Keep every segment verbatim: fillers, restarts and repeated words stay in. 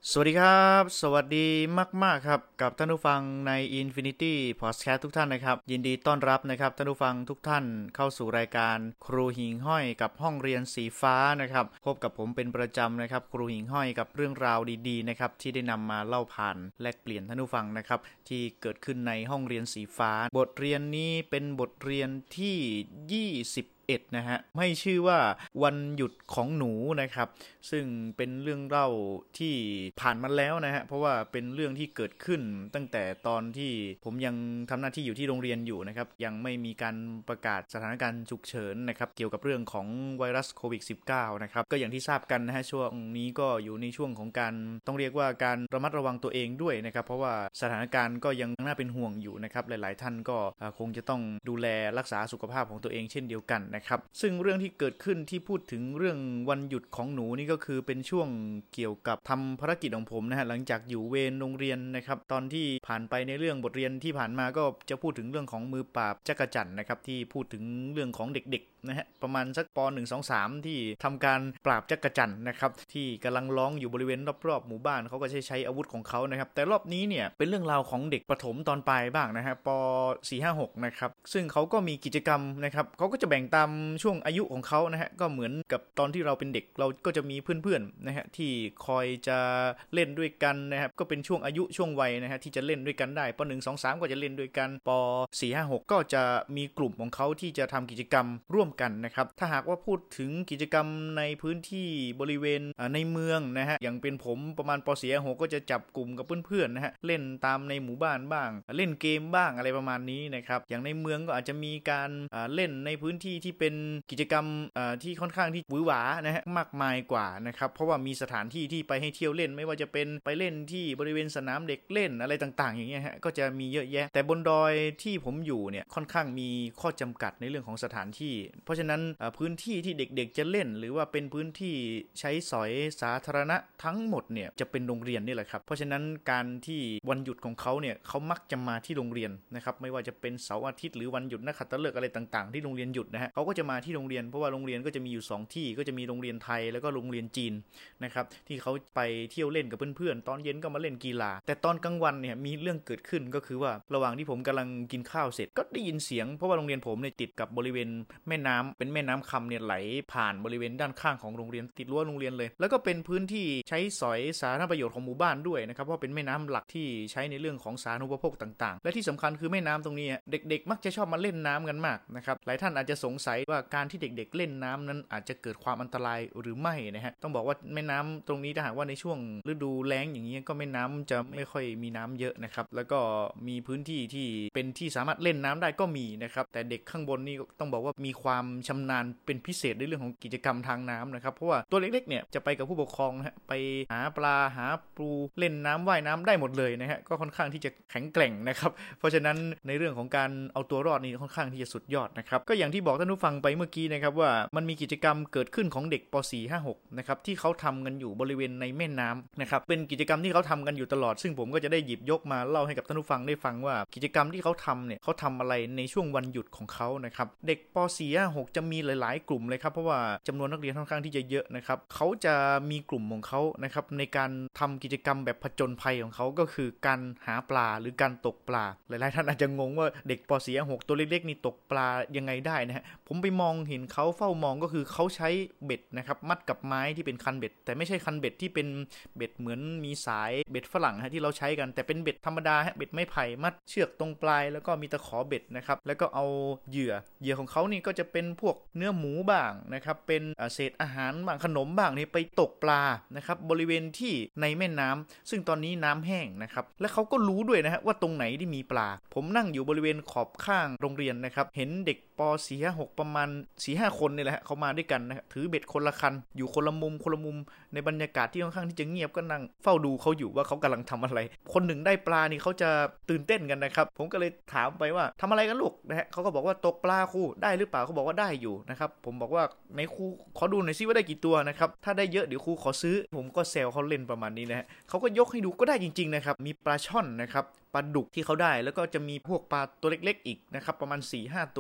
สวัสดีครับสวัสดีมากๆครับกับท่านผู้ฟังใน Infinity Podcast ทุกท่านนะครับยินดีต้อนรับนะครับท่านผู้ฟังทุกท่านเข้าสู่รายการครูหิ่งห้อยกับห้องเรียนสีฟ้านะครับพบกับผมเป็นประจำนะครับครูหิ่งห้อยกับเรื่องราวดีๆนะครับที่ได้นำมาเล่าผ่านแลกเปลี่ยนท่านผู้ฟังนะครับที่เกิดขึ้นในห้องเรียนสีฟ้าบทเรียนนี้เป็นบทเรียนที่ยี่สิบเอ็ดนะฮะไม่ชื่อว่าวันหยุดของหนูนะครับซึ่งเป็นเรื่องเล่าที่ผ่านมาแล้วนะฮะเพราะว่าเป็นเรื่องที่เกิดขึ้นตั้งแต่ตอนที่ผมยังทำหน้าที่อยู่ที่โรงเรียนอยู่นะครับยังไม่มีการประกาศสถานการณ์ฉุกเฉินนะครับเกี่ยวกับเรื่องของไวรัสโควิด สิบเก้า นะครับก็อย่างที่ทราบกันนะฮะช่วงนี้ก็อยู่ในช่วงของการต้องเรียกว่าการระมัดระวังตัวเองด้วยนะครับเพราะว่าสถานการณ์ก็ยังน่าเป็นห่วงอยู่นะครับหลายๆท่านก็คงจะต้องดูแลรักษาสุขภาพของตัวเองเช่นเดียวกันนะครับซึ่งเรื่องที่เกิดขึ้นที่พูดถึงเรื่องวันหยุดของหนูนี่ก็คือเป็นช่วงเกี่ยวกับทำภารกิจของผมนะฮะหลังจากอยู่เวรโรงเรียนนะครับตอนที่ผ่านไปในเรื่องบทเรียนที่ผ่านมาก็จะพูดถึงเรื่องของมือปราบจักจั่นนะครับที่พูดถึงเรื่องของเด็กๆนะฮะประมาณสักป หนึ่ง สอง สาม ที่ทำการปราบจักจั่นนะครับที่กำลังร้องอยู่บริเวณรอบๆหมู่บ้านเขาก็ใช้ใช้อาวุธของเขานะครับแต่รอบนี้เนี่ยเป็นเรื่องราวของเด็กประถมตอนปลายบ้างนะฮะป สี่ ห้า หก นะครับซึ่งเขาก็มีกิจกรรมนะครับเขาก็จะแบ่งตามช่วงอายุของเขานะฮะก็เหมือนกับตอนที่เราเป็นเด็กเราก็จะมีเพื่อนๆนะฮะที่คอยจะเล่นด้วยกันนะครับก็เป็นช่วงอายุช่วงวัยนะฮะที่จะเล่นด้วยกันได้ป หนึ่ง สอง สาม ก็จะเล่นด้วยกันป สี่ ห้า หก ก็จะมีกลุ่มของเขาที่จะทำกิจกรรมร่วมกันนะครับถ้าหากว่าพูดถึงกิจกรรมในพื้นที่บริเวณในเมืองนะฮะอย่างเป็นผมประมาณป สี่ ห้า หก ก็จะจับกลุ่มกับเพื่อนๆนะฮะเล่นตามในหมู่บ้านบ้างเล่นเกมบ้างอะไรประมาณนี้นะครับอย่างในเมืองก็อาจจะมีการเล่นในพื้นที่ที่เป็นกิจกรรมที่ค่อนข้างที่หวือหวานะฮะมากมายกว่านะครับเพราะว่ามีสถานที่ที่ไปให้เที่ยวเล่นไม่ว่าจะเป็นไปเล่นที่บริเวณสนามเด็กเล่นอะไรต่างๆอย่างเงี้ยฮะก็จะมีเยอะแยะแต่บนดอยที่ผมอยู่เนี่ยค่อนข้างมีข้อจำกัดในเรื่องของสถานที่เพราะฉะนั้นพื้นที่ที่เด็กๆจะเล่นหรือว่าเป็นพื้นที่ใช้สอยสาธารณะทั้งหมดเนี่ยจะเป็นโรงเรียนนี่แหละครับเพราะฉะนั้นการที่วันหยุดของเขาเนี่ยเขามักจะมาที่โรงเรียนนะครับไม่ว่าจะเป็นเสาร์อาทิตย์หรือวันหยุดนักขัตฤกษ์อะไรต่างๆที่โรงเรียนหยุดนะฮะเขาก็จะมาที่โรงเรียนเพราะว่าโรงเรียนก็จะมีอยู่สองที่ก็จะมีโรงเรียนไทยแล้วก็โรงเรียนจีนนะครับที่เขาไปเที่ยวเล่นกับเพื่อนๆตอนเย็นก็มาเล่นกีฬาแต่ตอนกลางวันเนี่ยมีเรื่องเกิดขึ้นก็คือว่าระหว่างที่ผมกำลังกินข้าวเสร็จก็ได้ยินเสียงเพราะว่าโรงเรียนผมเนี่ยติดกับบริเวณแม่น้ำเป็นแม่น้ำคำเนี่ยไหลผ่านบริเวณด้านข้างของโรงเรียนติดรั้วโรงเรียนเลยแล้วก็เป็นพื้นที่ใช้สอยสาธารณประโยชน์ของหมู่บ้านด้วยนะครับเพราะเป็นแม่น้ำหลักที่ใช้ในเรื่องของสาธารณูปโภคต่างๆและที่สำคัญคือแม่น้ำตรงนี้เด็กๆมักจะชอบมาเล่นน้ำกันมากนะครับหลายท่านอาจจะสงสัยว่าการที่เด็กๆเล่นน้ำนั้นอาจจะเกิดความอันตรายหรือไม่นะฮะต้องบอกว่าแม่น้ำตรงนี้ถ้าหากว่าในช่วงฤดูแล้งอย่างนี้ก็แม่น้ำจะไม่ค่อยมีน้ำเยอะนะครับแล้วก็มีพื้นที่ที่เป็นที่สามารถเล่นน้ำได้ก็มีนะครับแต่เด็กข้างบนนี่ต้องบอกว่ามีความชำนาญเป็นพิเศษในเรื่องของกิจกรรมทางน้ำนะครับเพราะว่าตัวเล็กๆเนี่ยจะไปกับผู้ปกครองนะฮะไปหาปลาหาปูเล่นน้ำว่ายน้ำได้หมดเลยนะฮะก็ค่อนข้างที่จะแข็งแกร่งนะครับเพราะฉะนั้นในเรื่องของการเอาตัวรอดนี่ค่อนข้างที่จะสุดยอดนะครับก็อย่างที่บอกท่านผู้ฟังไปเมื่อกี้นะครับว่ามันมีกิจกรรมเกิดขึ้นของเด็กป สี่ ห้า หก นะครับที่เขาทำกันอยู่บริเวณในแม่น้ำนะครับเป็นกิจกรรมที่เขาทำกันอยู่ตลอดซึ่งผมก็จะได้หยิบยกมาเล่าให้กับท่านผู้ฟังได้ฟังว่ากิจกรรมที่เขาทำเนี่ยเขาทำอะไรในช่วงวันหยุดของเขานะครับเด็กป สี่ ห้า หก จะมีหลายๆกลุ่มเลยครับเพราะว่าจำนวนนักเรียนค่อนข้างที่จะเยอะนะครับเขาจะมีกลุ่มของเขานะครับในการทำกิจกรรมแบบผจญภัยของเขาก็คือการหาปลาหรือการตกปลาหลายๆท่านอาจจะงงว่าเด็กป สี่ ห้า หก ตัวเล็กๆนี่ตกปลายังไงได้นะฮะผมไปมองเห็นเขาเฝ้ามองก็คือเขาใช้เบ็ดนะครับมัดกับไม้ที่เป็นคันเบ็ดแต่ไม่ใช่คันเบ็ดที่เป็นเบ็ดเหมือนมีสายเบ็ดฝรั่งฮะที่เราใช้กันแต่เป็นเบ็ดธรรมดาฮะเบ็ดไม้ไผ่มัดเชือกตรงปลายแล้วก็มีตะขอเบ็ดนะครับแล้วก็เอาเหยื่อเหยื่อของเขานี่ก็จะเป็นพวกเนื้อหมูบ้างนะครับเป็นเศษอาหารบ้างขนมบ้างนี่ไปตกปลานะครับบริเวณที่ในแม่น้ำซึ่งตอนนี้น้ำแห้งนะครับและเขาก็รู้ด้วยนะฮะว่าตรงไหนที่มีปลาผมนั่งอยู่บริเวณขอบข้างโรงเรียนนะครับเห็นเด็กป สี่ ห้า หก ประมาณ สี่ ห้า คนนี่แหละฮะเขามาด้วยกันนะถือเบ็ดคนละคันอยู่คนละมุมคนละมุมในบรรยากาศที่ค่อนข้างที่จะเงียบก็นั่งเฝ้าดูเขาอยู่ว่าเขากำลังทำอะไรคนหนึ่งได้ปลานี่เขาจะตื่นเต้นกันนะครับผมก็เลยถามไปว่าทำอะไรกันลูกนะฮะเขาก็บอกว่าตกปลาครูได้หรือเปล่าเขาบอกว่าได้อยู่นะครับผมบอกว่าในครูขอดูหน่อยซิว่าได้กี่ตัวนะครับถ้าได้เยอะเดี๋ยวครูขอซื้อผมก็แซวเขาเล่นประมาณนี้นะฮะเขาก็ยกให้ดูก็ได้จริงๆนะครับมีปลาช่อนนะครับ ปลาดุกที่เขาได้แล้วก็จะมีพวกปลาตัวเล็กๆอีกนะครับประมาณ สี่ห้า ตัวตัว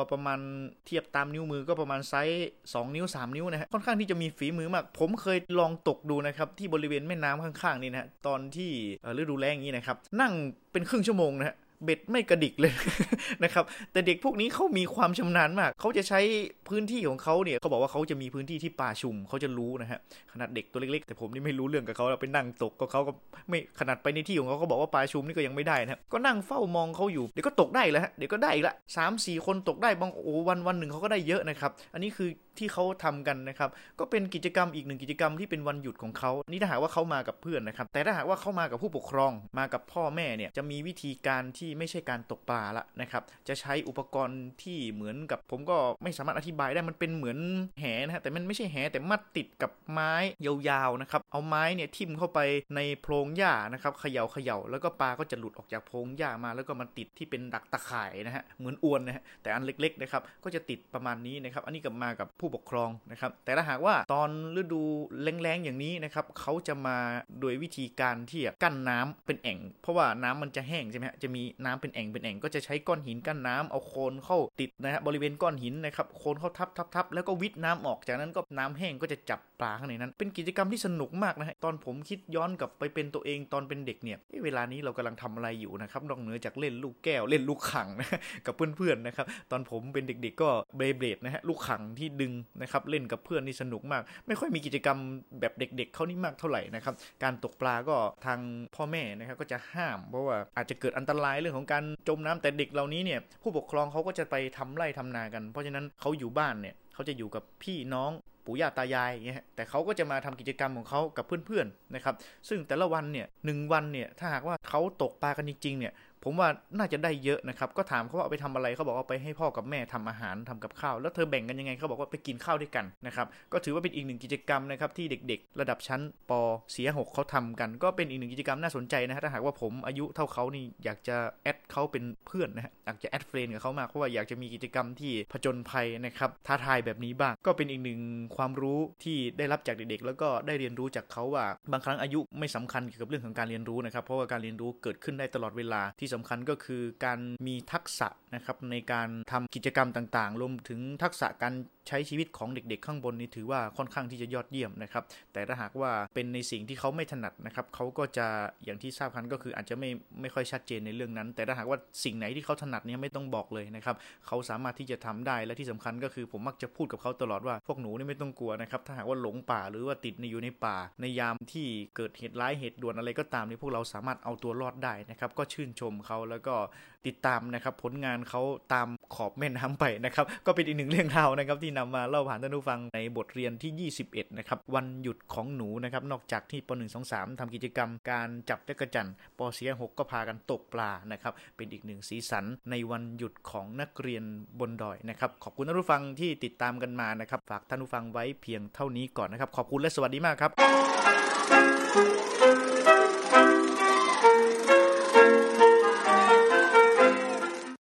ประมาณเทียบตามนิ้วมือก็ประมาณไซส์สองนิ้วสามนิ้วนะฮะค่อนข้างที่จะมีฝีมือมากผมเคยลองตกดูนะครับที่บริเวณแม่น้ำข้างๆนี่นะฮะตอนที่ฤดูแล้งอย่างนี้นะครับนั่งเป็นครึ่งชั่วโมงนะฮะเบ็ดไม่กระดิกเลย นะครับแต่เด็กพวกนี้เขามีความชำนาญมากเขาจะใช้พื้นที่ของเขาเนี่ยเขาบอกว่าเขาจะมีพื้นที่ที่ป่าชุมเขาจะรู้นะฮะขนาดเด็กตัวเล็กๆแต่ผมนี่ไม่รู้เรื่องกับเขาเราไปนั่งตกก็เขาก็ไม่ขนาดไปในที่ของเขาเขาบอกว่าป่าชุมนี่ก็ยังไม่ได้นะก็นั่งเฝ้ามองเขาอยู่เดี๋ยวก็ตกได้แล้วฮะเดี๋ยวก็ได้อีกละสามสี่คนตกได้บางโอ้วันวันหนึ่งเขาก็ได้เยอะนะครับอันนี้คือที่เขาทำกันนะครับก็เป็นกิจกรรมอีกหนึ่งกิจกรรมที่เป็นวันหยุดของเขานี่ถ้าหากว่าเขามากับเพื่อนนะครับแต่ถ้าหากว่าเขามากับผู้ปกครองมากับพ่อแม่เนี่ยจะมีวิธีการที่ไม่ใช่การตกปลาละนะครับจะใช้อุปกรณ์ที่เหมือนกับผมก็ไม่สามารถอธิบายได้มันเป็นเหมือนแหนะฮะแต่มันไม่ใช่แหแต่มัดติดกับไม้ยาวๆนะครับเอาไม้เนี่ยทิ่มเข้าไปในโพรงหญ้านะครับเขย่าเขย่าแล้วก็ปลาก็จะหลุดออกจากโพรงหญ้ามาแล้วก็มันติดที่เป็นดักตะข่ายนะฮะเหมือนอวนนะฮะแต่อันเล็กๆนะครับก็จะติดประมาณนี้นะครับอันนี้กับมากับผู้ปกครองนะครับแต่ถ้าหากว่าตอนฤดูแล้งๆอย่างนี้นะครับเขาจะมาโดยวิธีการที่กั้นน้ำเป็นแอ่งเพราะว่าน้ำมันจะแห้งใช่ไหมฮะจะมีน้ำเป็นแอ่งเป็นแอ่งก็จะใช้ก้อนหินกั้นน้ำเอาโคลนเข้าติดนะฮะบริเวณก้อนหินนะครับโคลนเข้าทับทับทับแล้วก็วิทน้ำออกจากนั้นก็น้ำแห้งก็จะจับปลาข้างในนั้นเป็นกิจกรรมที่สนุกมากนะฮะตอนผมคิดย้อนกลับไปเป็นตัวเองตอนเป็นเด็กเนี่ยเวลานี้เรากำลังทำอะไรอยู่นะครับนอกเหนือจากเล่นลูกแก้วเล่นลูกขังนะกับเพื่อนๆนะครับตอนผมเป็นเด็กๆก็เบลเบลดนะฮะลูกขังที่ดึงนะครับเล่นกับเพื่อนนี่สนุกมากไม่ค่อยมีกิจกรรมแบบเด็กๆเขานี่มากเท่าไหร่นะครับการตกปลาก็ทางพ่อแม่นะครับก็จะห้ามเพราะว่าอาจจะเกิดอันตรายเรื่องของการจมน้ำแต่เด็กเหล่านี้เนี่ยผู้ปกครองเขาก็จะไปทำไร่ทำนากันเพราะฉะนั้นเขาอยู่บ้านเนี่ยเขาจะอยู่กับพี่น้องปู่ย่าตายายอย่างเงี้ยแต่เขาก็จะมาทำกิจกรรมของเขากับเพื่อนๆนะครับซึ่งแต่ละวันเนี่ยหนึ่งวันเนี่ยถ้าหากว่าเขาตกปลากันจริงๆเนี่ยผมว่าน่าจะได้เยอะนะครับก็ถามเขาว่าเอาไปทำอะไรเขาบอกว่าไปให้พ่อกับแม่ทำอาหารทำกับข้าวแล้วเธอแบ่งกันยังไงเขาบอกว่าไปกินข้าวด้วยกันนะครับก็ถือว่าเป็นอีกหนึ่งกิจกรรมนะครับที่เด็กๆระดับชั้นป สี่ หกเขาทำกันก็เป็นอีกหนึ่งกิจกรรมน่าสนใจนะฮะถ้าหากว่าผมอายุเท่าเขานี่อยากจะแอดเขาเป็นเพื่อนนะฮะอยากจะแอดเฟรนด์กับเขามากเพราะว่าอยากจะมีกิจกรรมที่ผจญภัยนะครับท้าทายแบบนี้บ้างก็เป็นอีกหนึ่งความรู้ที่ได้รับจากเด็กๆแล้วก็ได้เรียนรู้จากเขาว่าบางครั้งอายุไม่สำคัญเกี่ยวกับเรื่องของการเรียนรู้นะครับเพราะว่าการเรียนรู้เกิดขึ้นได้ตลอดเวลาที่สำคัญก็คือการมีทักษะนะครับในการทำกิจกรรมต่างๆรวมถึงทักษะการใช้ชีวิตของเด็กๆข้างบนนี้ถือว่าค่อนข้างที่จะยอดเยี่ยมนะครับแต่ถ้าหากว่าเป็นในสิ่งที่เขาไม่ถนัดนะครับเขาก็จะอย่างที่ทราบกันก็คืออาจจะไม่ไม่ค่อยชัดเจนในเรื่องนั้นแต่ถ้าหากว่าสิ่งไหนที่เขาถนัดเนี่ยไม่ต้องบอกเลยนะครับเขาสามารถที่จะทำได้และที่สำคัญก็คือผมมักจะพูดกับเขาตลอดว่าพวกหนูนี่ไม่ต้องกลัวนะครับถ้าหากว่าหลงป่าหรือว่าติดในอยู่ในป่าในยามที่เกิดเหตุร้ายเหตุด่วนอะไรก็ตามนี่พวกเราสามารถเอาตัวรอดได้นะครับก็ชื่นชมเขาแล้วก็ติดตามนะครับผลงานเขาตามขอบแม่น้ำไปนะครับก็เป็นอีกหนึ่งเรื่องราวนะครับที่นำมาเล่าผ่านท่านผู้ฟังในบทเรียนที่ยี่สิบเอ็ดนะครับวันหยุดของหนูนะครับนอกจากที่ป หนึ่ง สอง สาม ทำกิจกรรมการจับจักรจั่นป สี่ หก ก็พากันตกปลานะครับเป็นอีกหนึ่งสีสันในวันหยุดของนักเรียนบนดอยนะครับขอบคุณท่านผู้ฟังที่ติดตามกันมานะครับฝากท่านผู้ฟังไว้เพียงเท่านี้ก่อนนะครับขอบคุณและสวัสดีมากครับ